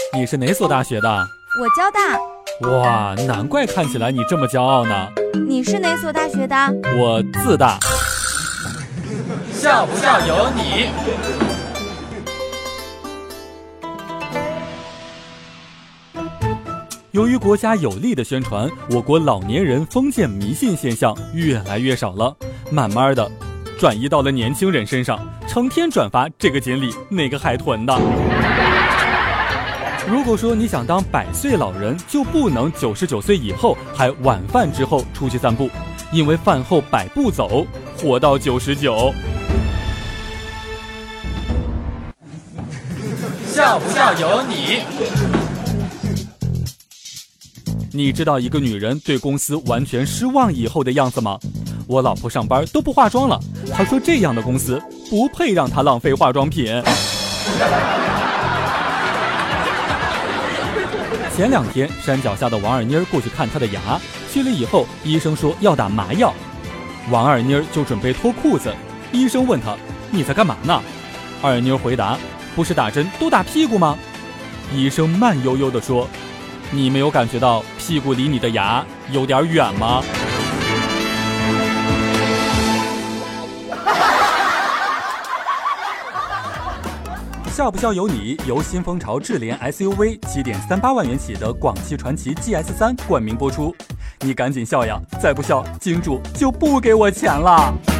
你是哪所大学的？ 我交大。 哇，难怪看起来你这么骄傲呢。 你是哪所大学的？ 我自大。 笑不笑由你。 由于国家有力的宣传，我国老年人封建迷信现象越来越少了，慢慢的转移到了年轻人身上，成天转发这个锦鲤那个海豚的。如果说你想当100岁老人，就不能99岁以后还晚饭之后出去散步，因为饭后100步走，活到99。 笑不笑由你。 你知道一个女人对公司完全失望以后的样子吗？我老婆上班都不化妆了，她说这样的公司不配让她浪费化妆品。前2天，山脚下的王二妮过去看她的牙，去了以后，医生说要打麻药，王二妮就准备脱裤子，医生问她你在干嘛呢？二妮回答不是打针都打屁股吗？医生慢悠悠地说，你没有感觉到屁股离你的牙有点远吗？笑不笑由你，由新风潮智联 SUV 7.38万元起的广汽传祺 GS3 冠名播出。你赶紧笑呀，再不笑，金主就不给我钱了。